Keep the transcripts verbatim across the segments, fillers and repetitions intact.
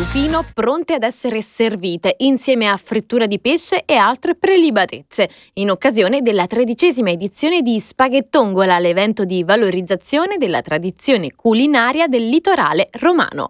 lupino pronte ad essere servite insieme a frittura di pesce e altre prelibatezze, in occasione della tredicesima edizione di Spaghettongola, l'evento di valorizzazione della tradizione culinaria del litorale romano.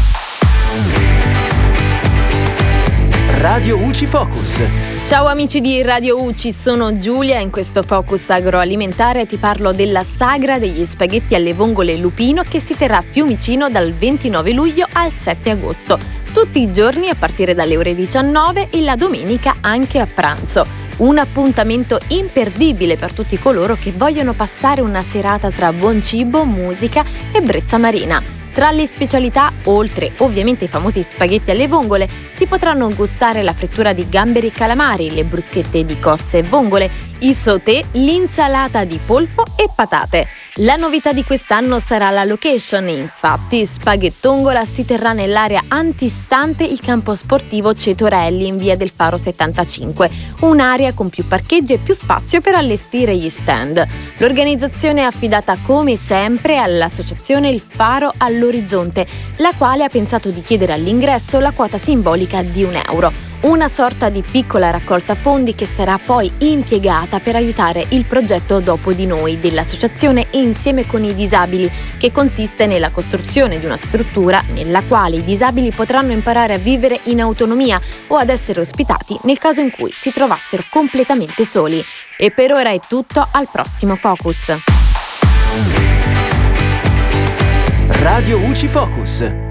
Radio U C I Focus. Ciao amici di Radio U C I, sono Giulia e in questo Focus agroalimentare ti parlo della sagra degli spaghetti alle vongole lupino che si terrà a Fiumicino dal ventinove luglio al sette agosto, tutti i giorni a partire dalle ore diciannove e la domenica anche a pranzo. Un appuntamento imperdibile per tutti coloro che vogliono passare una serata tra buon cibo, musica e brezza marina. Tra le specialità, oltre ovviamente ai famosi spaghetti alle vongole, si potranno gustare la frittura di gamberi e calamari, le bruschette di cozze e vongole, i sauté, l'insalata di polpo e patate. La novità di quest'anno sarà la location, infatti Spaghettongola si terrà nell'area antistante il campo sportivo Cetorelli in via del Faro settantacinque, un'area con più parcheggi e più spazio per allestire gli stand. L'organizzazione è affidata come sempre all'associazione Il Faro all'Orizzonte, la quale ha pensato di chiedere all'ingresso la quota simbolica di un euro. Una sorta di piccola raccolta fondi che sarà poi impiegata per aiutare il progetto Dopo di Noi dell'associazione Insieme con i Disabili, che consiste nella costruzione di una struttura nella quale i disabili potranno imparare a vivere in autonomia o ad essere ospitati nel caso in cui si trovassero completamente soli. E per ora è tutto, al prossimo Focus. Radio U C I Focus.